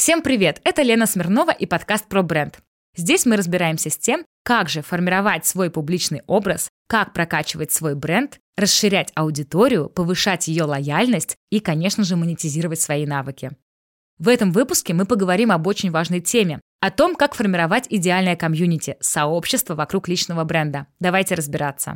Всем привет! Это Лена Смирнова и подкаст про бренд. Здесь мы разбираемся с тем, как же формировать свой публичный образ, как прокачивать свой бренд, расширять аудиторию, повышать ее лояльность и, конечно же, монетизировать свои навыки. В этом выпуске мы поговорим об очень важной теме, о том, как формировать идеальное комьюнити, сообщество вокруг личного бренда. Давайте разбираться.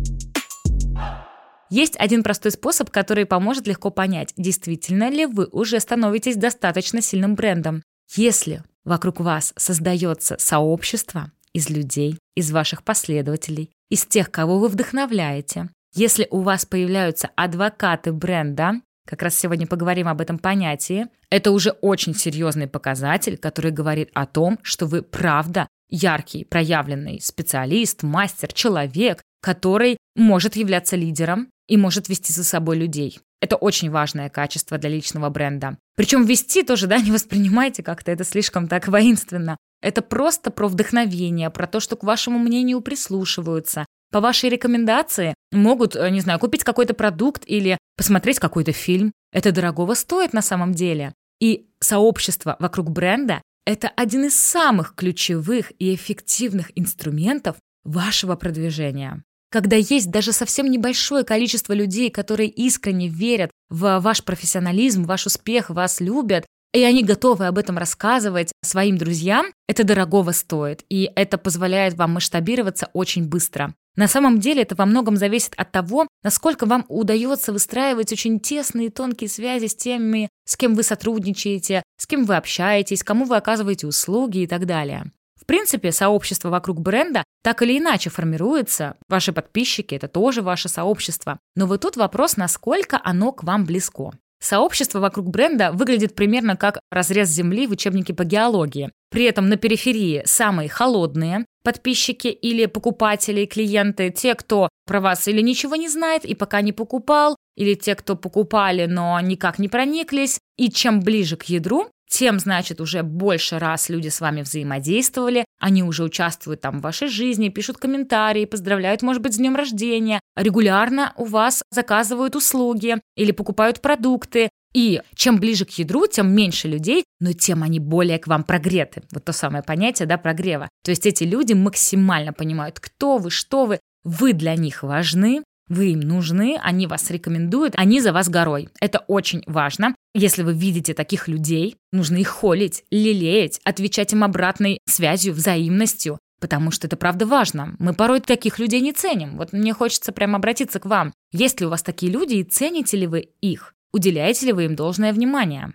Есть один простой способ, который поможет легко понять, действительно ли вы уже становитесь достаточно сильным брендом. Если вокруг вас создается сообщество из людей, из ваших последователей, из тех, кого вы вдохновляете, если у вас появляются адвокаты бренда, как раз сегодня поговорим об этом понятии, это уже очень серьезный показатель, который говорит о том, что вы правда яркий, проявленный специалист, мастер, человек, который может являться лидером и может вести за собой людей. Это очень важное качество для личного бренда. Причем вести тоже, не воспринимайте как-то это слишком так воинственно. Это просто про вдохновение, про то, что к вашему мнению прислушиваются. По вашей рекомендации могут, купить какой-то продукт или посмотреть какой-то фильм. Это дорогого стоит на самом деле. И сообщество вокруг бренда – это один из самых ключевых и эффективных инструментов вашего продвижения. Когда есть даже совсем небольшое количество людей, которые искренне верят в ваш профессионализм, ваш успех, вас любят, и они готовы об этом рассказывать своим друзьям, это дорогого стоит, и это позволяет вам масштабироваться очень быстро. На самом деле это во многом зависит от того, насколько вам удается выстраивать очень тесные тонкие связи с теми, с кем вы сотрудничаете, с кем вы общаетесь, кому вы оказываете услуги и так далее. В принципе, сообщество вокруг бренда так или иначе формируется. Ваши подписчики – это тоже ваше сообщество. Но вот тут вопрос, насколько оно к вам близко. Сообщество вокруг бренда выглядит примерно как разрез земли в учебнике по геологии. При этом на периферии самые холодные подписчики или покупатели, клиенты, те, кто про вас или ничего не знает и пока не покупал, или те, кто покупали, но никак не прониклись. И чем ближе к ядру, тем, значит, уже больше раз люди с вами взаимодействовали, они уже участвуют в вашей жизни, пишут комментарии, поздравляют, может быть, с днем рождения, регулярно у вас заказывают услуги или покупают продукты. И чем ближе к ядру, тем меньше людей, но тем они более к вам прогреты. Вот то самое понятие, прогрева. То есть эти люди максимально понимают, кто вы, что вы для них важны, вы им нужны, они вас рекомендуют, они за вас горой. Это очень важно. Если вы видите таких людей, нужно их холить, лелеять, отвечать им обратной связью, взаимностью, потому что это правда важно. Мы порой таких людей не ценим. Вот мне хочется прямо обратиться к вам. Есть ли у вас такие люди и цените ли вы их? Уделяете ли вы им должное внимание?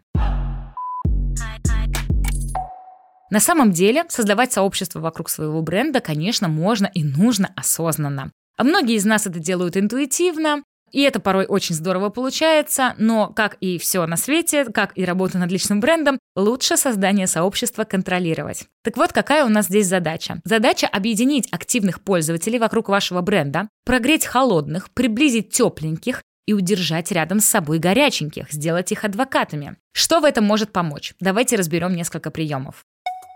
На самом деле, создавать сообщество вокруг своего бренда, конечно, можно и нужно осознанно. А многие из нас это делают интуитивно, и это порой очень здорово получается, но, как и все на свете, как и работа над личным брендом, лучше создание сообщества контролировать. Так вот, какая у нас здесь задача? Задача объединить активных пользователей вокруг вашего бренда, прогреть холодных, приблизить тепленьких и удержать рядом с собой горяченьких, сделать их адвокатами. Что в этом может помочь? Давайте разберем несколько приемов.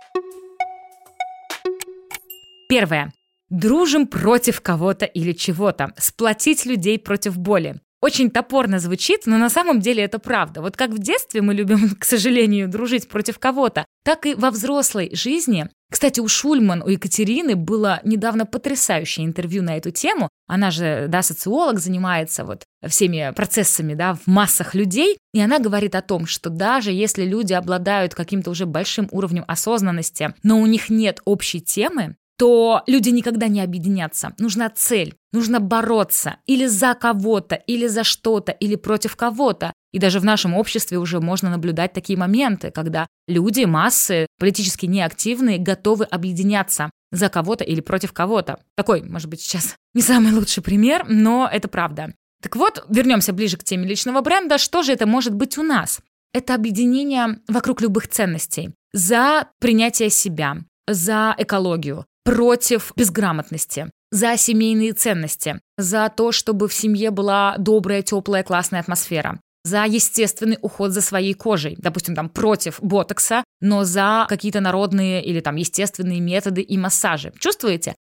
Первое. Дружим против кого-то или чего-то. Сплотить людей против боли. Очень топорно звучит, но на самом деле это правда. Вот как в детстве мы любим, к сожалению, дружить против кого-то, так и во взрослой жизни. Кстати, у Шульман, у Екатерины было недавно потрясающее интервью на эту тему. Она же, социолог, занимается всеми процессами, в массах людей. И она говорит о том, что даже если люди обладают каким-то уже большим уровнем осознанности, но у них нет общей темы, то люди никогда не объединятся. Нужна цель, нужно бороться или за кого-то, или за что-то, или против кого-то. И даже в нашем обществе уже можно наблюдать такие моменты, когда люди, массы, политически неактивные, готовы объединяться за кого-то или против кого-то. Такой, может быть, сейчас не самый лучший пример, но это правда. Так вот, вернемся ближе к теме личного бренда. Что же это может быть у нас? Это объединение вокруг любых ценностей. За принятие себя, за экологию, против безграмотности, за семейные ценности, за то, чтобы в семье была добрая, теплая, классная атмосфера, за естественный уход за своей кожей, допустим, против ботокса, но за какие-то народные или естественные методы и массажи. Чувствуете?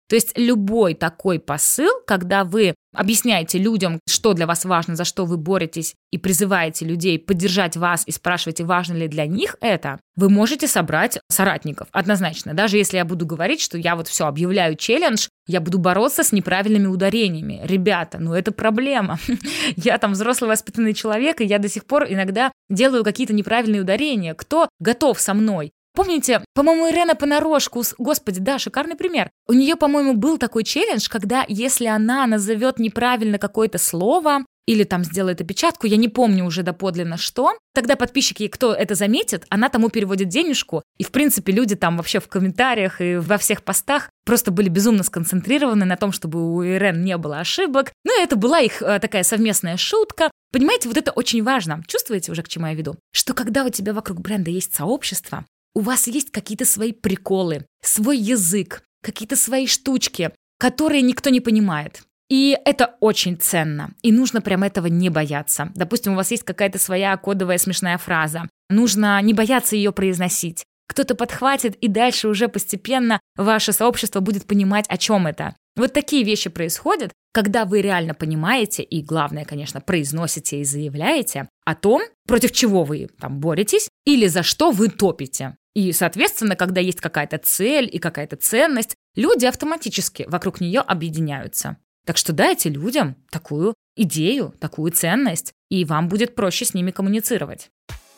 То есть любой такой посыл, когда вы объясняете людям, что для вас важно, за что вы боретесь, и призываете людей поддержать вас и спрашиваете, важно ли для них это, вы можете собрать соратников, однозначно. Даже если я буду говорить, что я вот все объявляю челлендж, я буду бороться с неправильными ударениями. Ребята, это проблема. Я там взрослый воспитанный человек, и я до сих пор иногда делаю какие-то неправильные ударения. Кто готов со мной? Помните, по-моему, Ирена Понарошку, господи, да, шикарный пример. У нее, по-моему, был такой челлендж, когда если она назовет неправильно какое-то слово или там сделает опечатку, я не помню уже доподлинно что, тогда подписчики, кто это заметит, она тому переводит денежку, и, в принципе, люди там вообще в комментариях и во всех постах просто были безумно сконцентрированы на том, чтобы у Ирен не было ошибок. И это была их такая совместная шутка. Понимаете, вот это очень важно. Чувствуете уже, к чему я веду? Что когда у тебя вокруг бренда есть сообщество, у вас есть какие-то свои приколы, свой язык, какие-то свои штучки, которые никто не понимает. И это очень ценно. И нужно прям этого не бояться. Допустим, у вас есть какая-то своя кодовая смешная фраза. Нужно не бояться ее произносить. Кто-то подхватит, и дальше уже постепенно ваше сообщество будет понимать, о чем это. Вот такие вещи происходят, когда вы реально понимаете и, главное, конечно, произносите и заявляете о том, против чего вы там боретесь или за что вы топите. И, соответственно, когда есть какая-то цель и какая-то ценность, люди автоматически вокруг нее объединяются. Так что дайте людям такую идею, такую ценность, и вам будет проще с ними коммуницировать.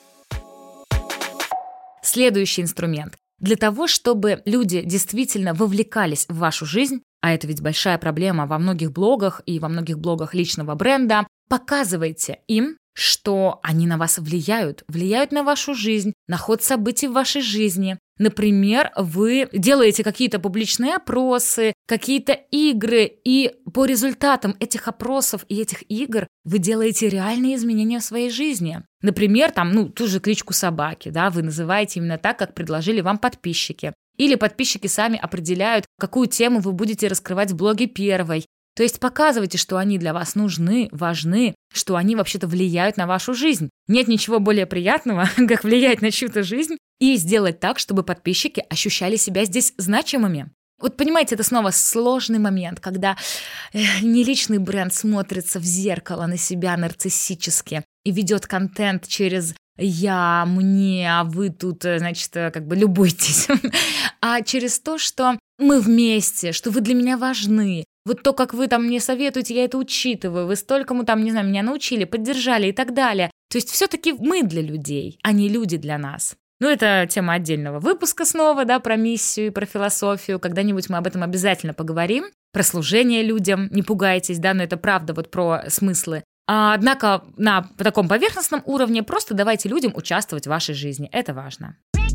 Следующий инструмент. Для того, чтобы люди действительно вовлекались в вашу жизнь, а это ведь большая проблема во многих блогах и во многих блогах личного бренда, показывайте им, что они на вас влияют на вашу жизнь, на ход событий в вашей жизни. Например, вы делаете какие-то публичные опросы, какие-то игры, и по результатам этих опросов и этих игр вы делаете реальные изменения в своей жизни. Например, ту же кличку собаки, да, вы называете именно так, как предложили вам подписчики. Или подписчики сами определяют, какую тему вы будете раскрывать в блоге первой. То есть показывайте, что они для вас нужны, важны, что они вообще-то влияют на вашу жизнь. Нет ничего более приятного, как влиять на чью-то жизнь и сделать так, чтобы подписчики ощущали себя здесь значимыми. Вот понимаете, это снова сложный момент, когда неличный бренд смотрится в зеркало на себя нарциссически и ведет контент через «я», «мне», а вы тут, любуйтесь. А через то, что мы вместе, что вы для меня важны. Вот то, как вы мне советуете, я это учитываю. Вы столькому меня научили, поддержали и так далее. То есть все-таки мы для людей, а не люди для нас. Это тема отдельного выпуска снова, да, про миссию и про философию. Когда-нибудь мы об этом обязательно поговорим. Про служение людям, не пугайтесь, да, но это правда про смыслы. Однако на таком поверхностном уровне просто давайте людям участвовать в вашей жизни. Это важно.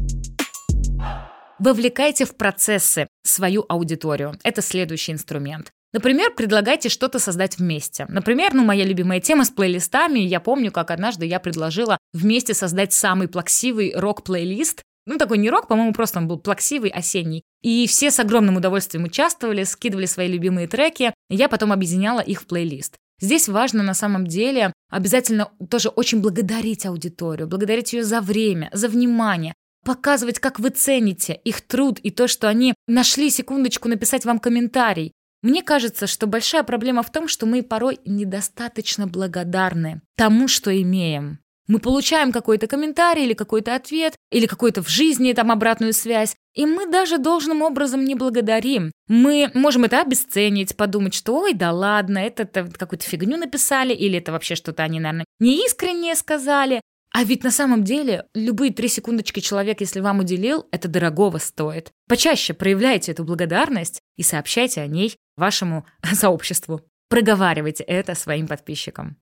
Вовлекайте в процессы свою аудиторию. Это следующий инструмент. Например, предлагайте что-то создать вместе. Например, моя любимая тема с плейлистами. Я помню, как однажды я предложила вместе создать самый плаксивый рок-плейлист. Такой не рок, по-моему, просто он был плаксивый, осенний. И все с огромным удовольствием участвовали, скидывали свои любимые треки. И я потом объединяла их в плейлист. Здесь важно на самом деле обязательно тоже очень благодарить аудиторию, благодарить ее за время, за внимание, показывать, как вы цените их труд и то, что они нашли секундочку написать вам комментарий. Мне кажется, что большая проблема в том, что мы порой недостаточно благодарны тому, что имеем. Мы получаем какой-то комментарий или какой-то ответ, или какую-то в жизни обратную связь, и мы даже должным образом не благодарим. Мы можем это обесценить, подумать, что ой, да ладно, это какую-то фигню написали, или это вообще что-то они, наверное, неискренне сказали. А ведь на самом деле любые 3 секундочки человек, если вам уделил, это дорогого стоит. Почаще проявляйте эту благодарность и сообщайте о ней вашему сообществу. Проговаривайте это своим подписчикам.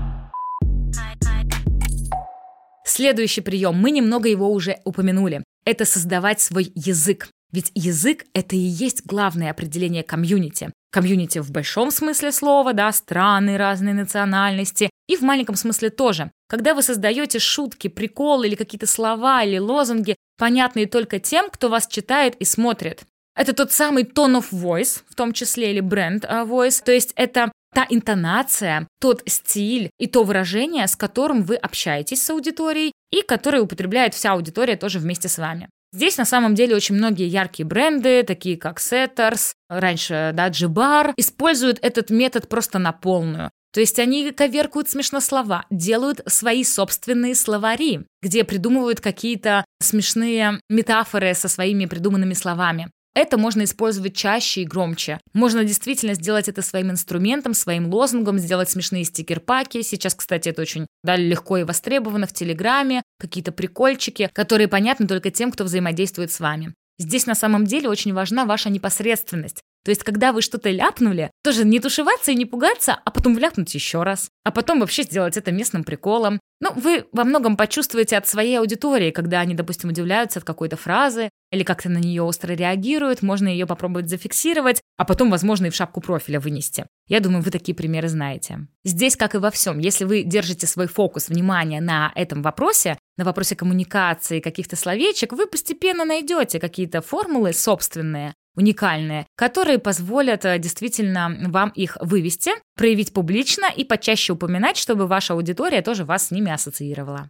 Следующий прием, мы немного его уже упомянули. Это создавать свой язык. Ведь язык – это и есть главное определение комьюнити. Комьюнити в большом смысле слова, да, страны, разные национальности, и в маленьком смысле тоже. Когда вы создаете шутки, приколы или какие-то слова или лозунги, понятные только тем, кто вас читает и смотрит. Это тот самый tone of voice, в том числе, или brand voice, то есть это та интонация, тот стиль и то выражение, с которым вы общаетесь с аудиторией и которое употребляет вся аудитория тоже вместе с вами. Здесь на самом деле очень многие яркие бренды, такие как Setters, раньше, да, G-Bar, используют этот метод просто на полную. То есть они коверкуют смешно слова, делают свои собственные словари, где придумывают какие-то смешные метафоры со своими придуманными словами. Это можно использовать чаще и громче. Можно действительно сделать это своим инструментом, своим лозунгом, сделать смешные стикер-паки. Сейчас, кстати, это очень легко и востребовано в Телеграме. Какие-то прикольчики, которые понятны только тем, кто взаимодействует с вами. Здесь на самом деле очень важна ваша непосредственность. То есть, когда вы что-то ляпнули, тоже не тушеваться и не пугаться, а потом ляпнуть еще раз. А потом вообще сделать это местным приколом. Вы во многом почувствуете от своей аудитории, когда они, допустим, удивляются от какой-то фразы или как-то на нее остро реагируют, можно ее попробовать зафиксировать, а потом, возможно, и в шапку профиля вынести. Я думаю, вы такие примеры знаете. Здесь, как и во всем, если вы держите свой фокус внимания на этом вопросе, на вопросе коммуникации, каких-то словечек, вы постепенно найдете какие-то формулы собственные, уникальные, которые позволят действительно вам их вывести, проявить публично и почаще упоминать, чтобы ваша аудитория тоже вас с ними ассоциировала.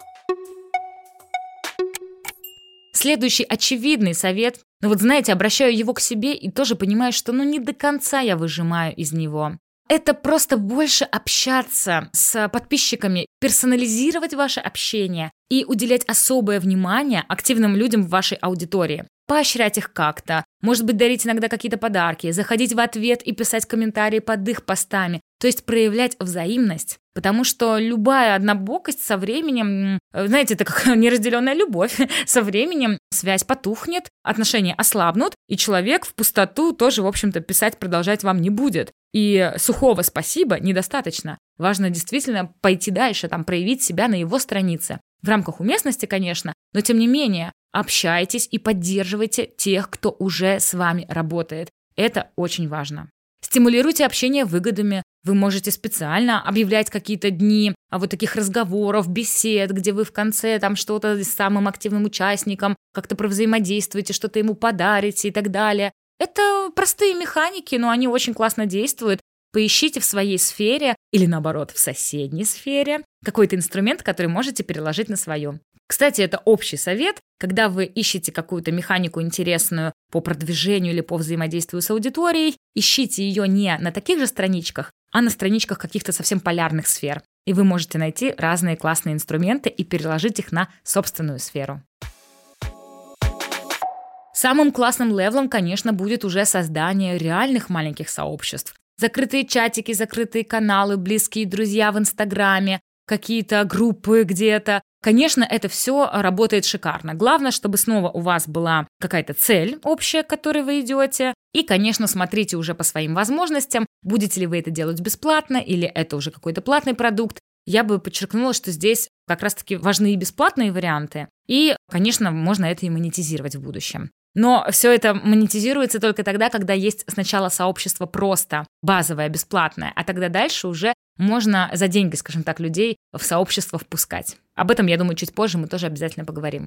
Следующий очевидный совет, знаете, обращаю его к себе и тоже понимаю, что не до конца я выжимаю из него. Это просто больше общаться с подписчиками, персонализировать ваше общение и уделять особое внимание активным людям в вашей аудитории. Поощрять их как-то, может быть, дарить иногда какие-то подарки, заходить в ответ и писать комментарии под их постами, то есть проявлять взаимность. Потому что любая однобокость со временем, знаете, это как неразделенная любовь, со временем связь потухнет, отношения ослабнут, и человек в пустоту тоже, в общем-то, писать продолжать вам не будет. И сухого спасибо недостаточно. Важно действительно пойти дальше, проявить себя на его странице. В рамках уместности, конечно, но тем не менее общайтесь и поддерживайте тех, кто уже с вами работает. Это очень важно. Стимулируйте общение выгодами. Вы можете специально объявлять какие-то дни таких разговоров, бесед, где вы в конце что-то с самым активным участником как-то провзаимодействуете, что-то ему подарите и так далее. Это простые механики, но они очень классно действуют. Поищите в своей сфере или, наоборот, в соседней сфере какой-то инструмент, который можете переложить на свою. Кстати, это общий совет. Когда вы ищете какую-то механику интересную по продвижению или по взаимодействию с аудиторией, ищите ее не на таких же страничках, а на страничках каких-то совсем полярных сфер. И вы можете найти разные классные инструменты и переложить их на собственную сферу. Самым классным левелом, конечно, будет уже создание реальных маленьких сообществ. Закрытые чатики, закрытые каналы, близкие друзья в Инстаграме, какие-то группы где-то. Конечно, это все работает шикарно. Главное, чтобы снова у вас была какая-то цель общая, к которой вы идете. И, конечно, смотрите уже по своим возможностям, будете ли вы это делать бесплатно или это уже какой-то платный продукт. Я бы подчеркнула, что здесь как раз-таки важны и бесплатные варианты. И, конечно, можно это и монетизировать в будущем. Но все это монетизируется только тогда, когда есть сначала сообщество просто базовое, бесплатное, а тогда дальше уже можно за деньги, скажем так, людей в сообщество впускать. Об этом, я думаю, чуть позже мы тоже обязательно поговорим.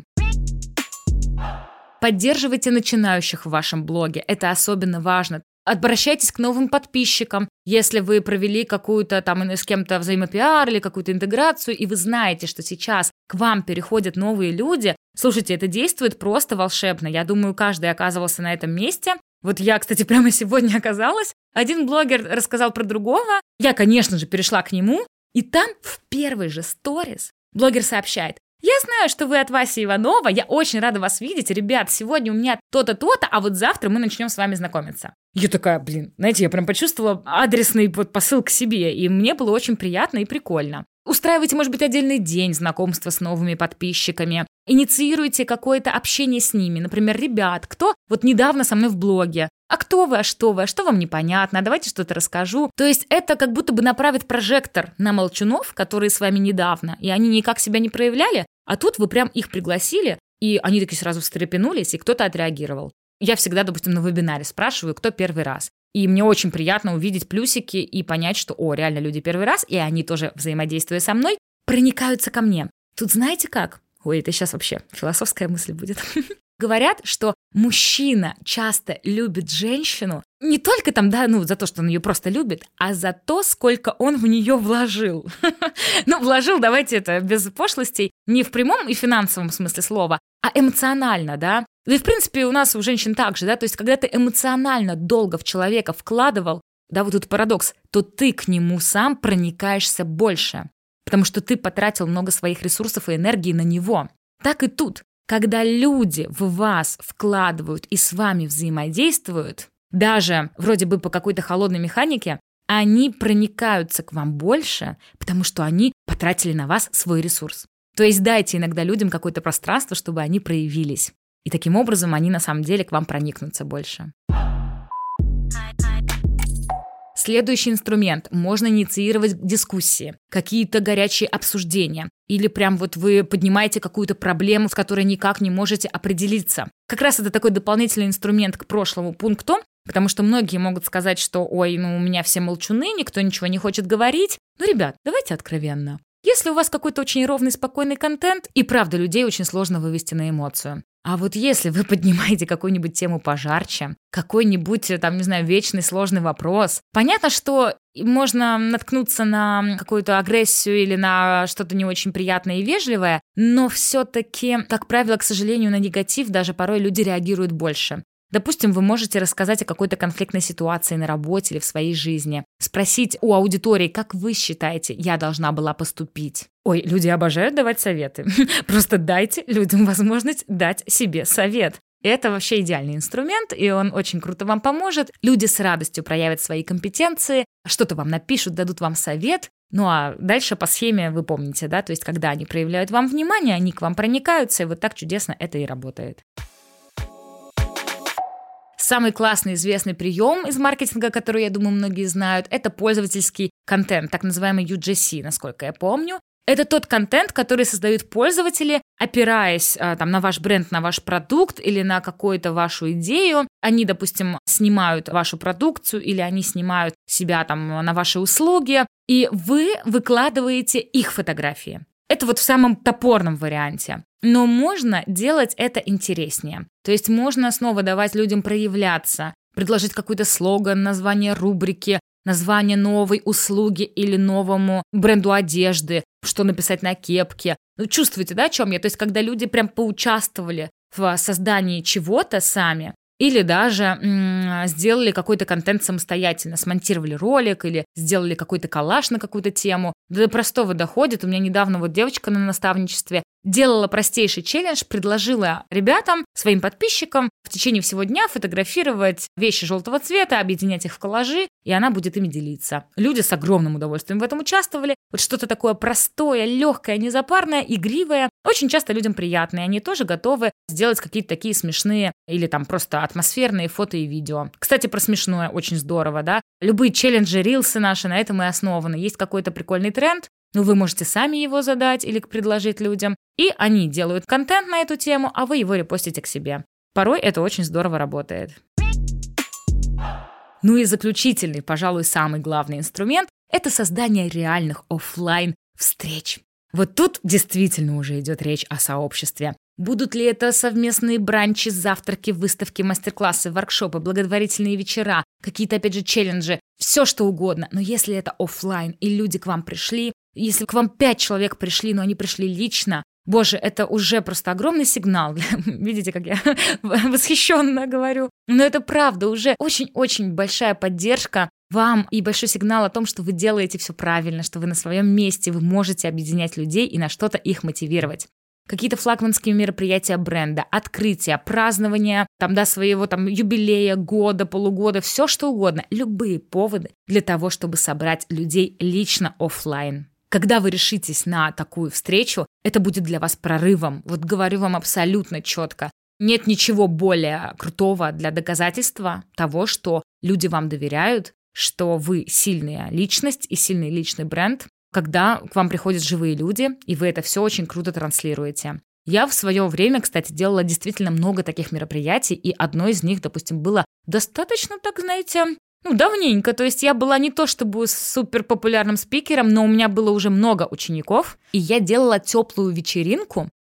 Поддерживайте начинающих в вашем блоге, это особенно важно. Обращайтесь к новым подписчикам, если вы провели какую-то с кем-то взаимопиар или какую-то интеграцию, и вы знаете, что сейчас к вам переходят новые люди. Слушайте, это действует просто волшебно. Я думаю, каждый оказывался на этом месте. Я, кстати, прямо сегодня оказалась. Один блогер рассказал про другого. Я, конечно же, перешла к нему. И там в первой же сторис блогер сообщает: «Я знаю, что вы от Васи Иванова, я очень рада вас видеть. Ребят, сегодня у меня то-то, то-то, а завтра мы начнем с вами знакомиться». Я такая, знаете, я прям почувствовала адресный посыл к себе, и мне было очень приятно и прикольно. Устраивайте, может быть, отдельный день знакомства с новыми подписчиками. Инициируйте какое-то общение с ними. Например, ребят, кто недавно со мной в блоге. А кто вы, а что вам непонятно, давайте что-то расскажу. То есть это как будто бы направит прожектор на молчунов, которые с вами недавно, и они никак себя не проявляли, а тут вы прям их пригласили, и они такие сразу встрепенулись, и кто-то отреагировал. Я всегда, допустим, на вебинаре спрашиваю, кто первый раз. И мне очень приятно увидеть плюсики и понять, что, реально люди первый раз, и они тоже, взаимодействуя со мной, проникаются ко мне. Тут знаете как? Это сейчас вообще философская мысль будет. Говорят, что мужчина часто любит женщину не только за то, что он ее просто любит, а за то, сколько он в нее вложил. Вложил, давайте это без пошлостей, не в прямом и финансовом смысле слова, а эмоционально, да. Да и, в принципе, у нас, у женщин так же, да, то есть, когда ты эмоционально долго в человека вкладывал, да, вот тут парадокс, то ты к нему сам проникаешься больше, потому что ты потратил много своих ресурсов и энергии на него. Так и тут, когда люди в вас вкладывают и с вами взаимодействуют, даже вроде бы по какой-то холодной механике, они проникаются к вам больше, потому что они потратили на вас свой ресурс. То есть дайте иногда людям какое-то пространство, чтобы они проявились. И таким образом они на самом деле к вам проникнутся больше. Следующий инструмент. Можно инициировать дискуссии, какие-то горячие обсуждения. Или прям вот вы поднимаете какую-то проблему, с которой никак не можете определиться. Как раз это такой дополнительный инструмент к прошлому пункту, потому что многие могут сказать, что «Ой, у меня все молчуны, никто ничего не хочет говорить». Ну, ребят, давайте откровенно. Если у вас какой-то очень ровный, спокойный контент, и правда людей очень сложно вывести на эмоцию. А вот если вы поднимаете какую-нибудь тему пожарче, какой-нибудь, вечный сложный вопрос, понятно, что можно наткнуться на какую-то агрессию или на что-то не очень приятное и вежливое, но все-таки, как правило, к сожалению, на негатив даже порой люди реагируют больше. Допустим, вы можете рассказать о какой-то конфликтной ситуации на работе или в своей жизни. Спросить у аудитории, как вы считаете, я должна была поступить. Ой, люди обожают давать советы. Просто дайте людям возможность дать себе совет. Это вообще идеальный инструмент, и он очень круто вам поможет. Люди с радостью проявят свои компетенции, что-то вам напишут, дадут вам совет. Ну а дальше по схеме вы помните, да, то есть когда они проявляют вам внимание, они к вам проникаются, и вот так чудесно это и работает. Самый классный известный прием из маркетинга, который, я думаю, многие знают, это пользовательский контент, так называемый UGC, насколько я помню. Это тот контент, который создают пользователи, опираясь на ваш бренд, на ваш продукт или на какую-то вашу идею. Они, допустим, снимают вашу продукцию или они снимают себя на ваши услуги, и вы выкладываете их фотографии. Это вот в самом топорном варианте. Но можно делать это интереснее. То есть можно снова давать людям проявляться, предложить какой-то слоган, название рубрики, название новой услуги или новому бренду одежды, что написать на кепке. Чувствуете, да, о чем я? То есть когда люди прям поучаствовали в создании чего-то сами, или даже сделали какой-то контент самостоятельно, смонтировали ролик или сделали какой-то коллаж на какую-то тему. До простого доходит. У меня недавно вот девочка на наставничестве делала простейший челлендж, предложила ребятам, своим подписчикам в течение всего дня фотографировать вещи желтого цвета, объединять их в коллажи, и она будет ими делиться. Люди с огромным удовольствием в этом участвовали. Вот что-то такое простое, легкое, незапарное, игривое. Очень часто людям приятно, и они тоже готовы сделать какие-то такие смешные или просто атмосферные фото и видео. Кстати, про смешное очень здорово, да? Любые челленджи, рилсы наши на этом и основаны. Есть какой-то прикольный тренд, вы можете сами его задать или предложить людям, и они делают контент на эту тему, а вы его репостите к себе. Порой это очень здорово работает. И заключительный, пожалуй, самый главный инструмент – это создание реальных офлайн встреч. Вот тут действительно уже идет речь о сообществе. Будут ли это совместные бранчи, завтраки, выставки, мастер-классы, воркшопы, благотворительные вечера, какие-то, опять же, челленджи, все что угодно. Но если это офлайн, и люди к вам пришли, если к вам 5 человек пришли, но они пришли лично, боже, это уже просто огромный сигнал. Видите, как я восхищенно говорю. Но это правда уже очень-очень большая поддержка вам и большой сигнал о том, что вы делаете все правильно, что вы на своем месте, вы можете объединять людей и на что-то их мотивировать. Какие-то флагманские мероприятия бренда, открытия, празднования своего юбилея, года, полугода, все что угодно, любые поводы для того, чтобы собрать людей лично офлайн. Когда вы решитесь на такую встречу, это будет для вас прорывом. Вот говорю вам абсолютно четко. Нет ничего более крутого для доказательства того, что люди вам доверяют, что вы сильная личность и сильный личный бренд, когда к вам приходят живые люди, и вы это все очень круто транслируете. Я в свое время, кстати, делала действительно много таких мероприятий, и одно из них, допустим, было достаточно, давненько. То есть я была не то чтобы супер популярным спикером, но у меня было уже много учеников, и я делала теплую вечеринку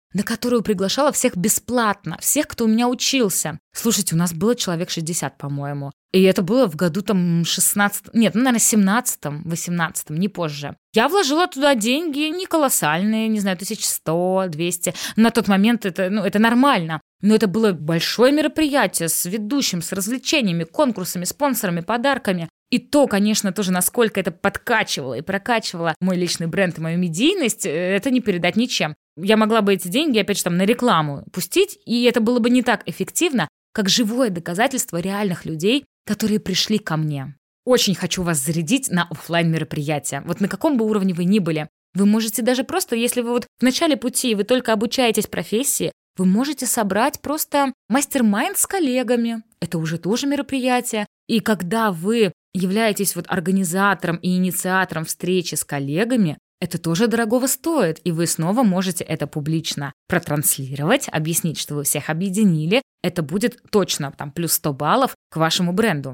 на которую приглашала всех бесплатно, всех, кто у меня учился. Слушайте, у нас было человек 60, по-моему. И это было в году там 16, нет, наверное, 17-м, 18-м, не позже. Я вложила туда деньги не колоссальные, не знаю, 1100, 200. На тот момент это нормально. Но это было большое мероприятие с ведущим, с развлечениями, конкурсами, спонсорами, подарками. И то, конечно, тоже, насколько это подкачивало и прокачивало мой личный бренд и мою медийность, это не передать ничем. Я могла бы эти деньги, опять же, на рекламу пустить, и это было бы не так эффективно, как живое доказательство реальных людей, которые пришли ко мне. Очень хочу вас зарядить на офлайн-мероприятия. Вот на каком бы уровне вы ни были. Вы можете даже просто, если вы в начале пути, вы только обучаетесь профессии, вы можете собрать просто мастер-майнд с коллегами. Это уже тоже мероприятие. И когда вы являетесь организатором и инициатором встречи с коллегами, это тоже дорогого стоит, и вы снова можете это публично протранслировать, объяснить, что вы всех объединили. Это будет точно плюс 100 баллов к вашему бренду.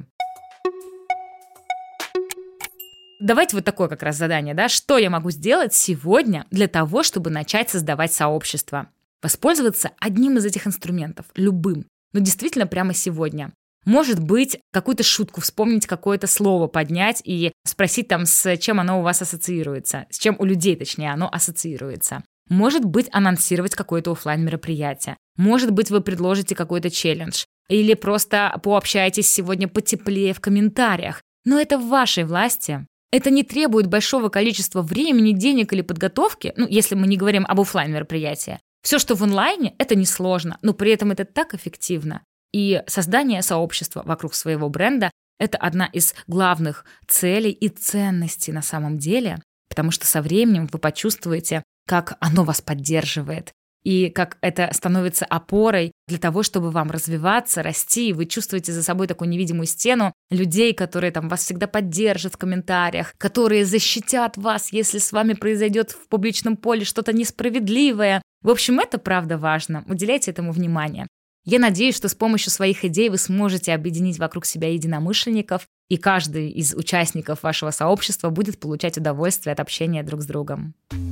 Давайте такое как раз задание, да? Что я могу сделать сегодня для того, чтобы начать создавать сообщество? Воспользоваться одним из этих инструментов, любым, но действительно прямо сегодня. Может быть, какую-то шутку вспомнить, какое-то слово поднять и спросить с чем оно у вас ассоциируется, с чем у людей, точнее, оно ассоциируется. Может быть, анонсировать какое-то офлайн-мероприятие. Может быть, вы предложите какой-то челлендж. Или просто пообщаетесь сегодня потеплее в комментариях. Но это в вашей власти. Это не требует большого количества времени, денег или подготовки, если мы не говорим об офлайн-мероприятии. Все, что в онлайне, это несложно, но при этом это так эффективно. И создание сообщества вокруг своего бренда – это одна из главных целей и ценностей на самом деле, потому что со временем вы почувствуете, как оно вас поддерживает, и как это становится опорой для того, чтобы вам развиваться, расти, и вы чувствуете за собой такую невидимую стену людей, которые вас всегда поддержат в комментариях, которые защитят вас, если с вами произойдет в публичном поле что-то несправедливое. В общем, это правда важно. Уделяйте этому внимание. Я надеюсь, что с помощью своих идей вы сможете объединить вокруг себя единомышленников, и каждый из участников вашего сообщества будет получать удовольствие от общения друг с другом.